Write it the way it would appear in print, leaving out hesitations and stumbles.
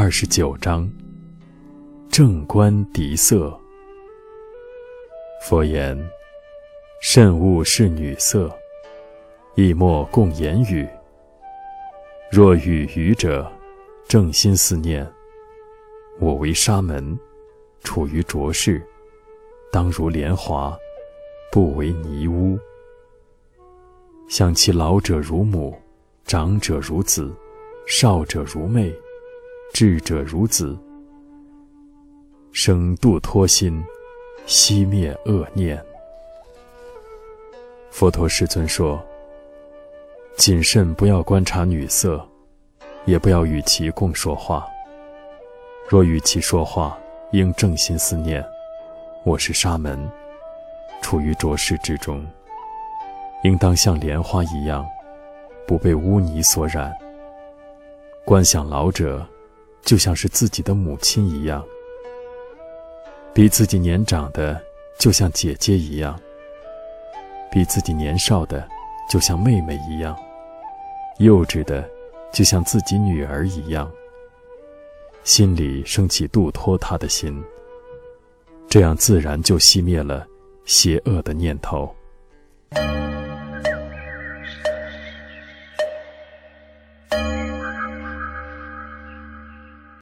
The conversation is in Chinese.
29章，正观敌色。佛言：慎勿视女色，亦莫共言语。若与语者，正心思念：我为沙门，处于浊世，当如莲华，不为泥污。想其老者如母，长者如子，少者如妹，智者如子。生度脱心，熄灭恶念。佛陀世尊说，谨慎不要观察女色，也不要与其共说话。若与其说话，应正心思念：我是沙门，处于浊世之中，应当像莲花一样，不被污泥所染。观想老者，就像是自己的母亲一样，比自己年长的就像姐姐一样，比自己年少的就像妹妹一样，幼稚的就像自己女儿一样。心里升起度脱他的心，这样自然就熄灭了邪恶的念头。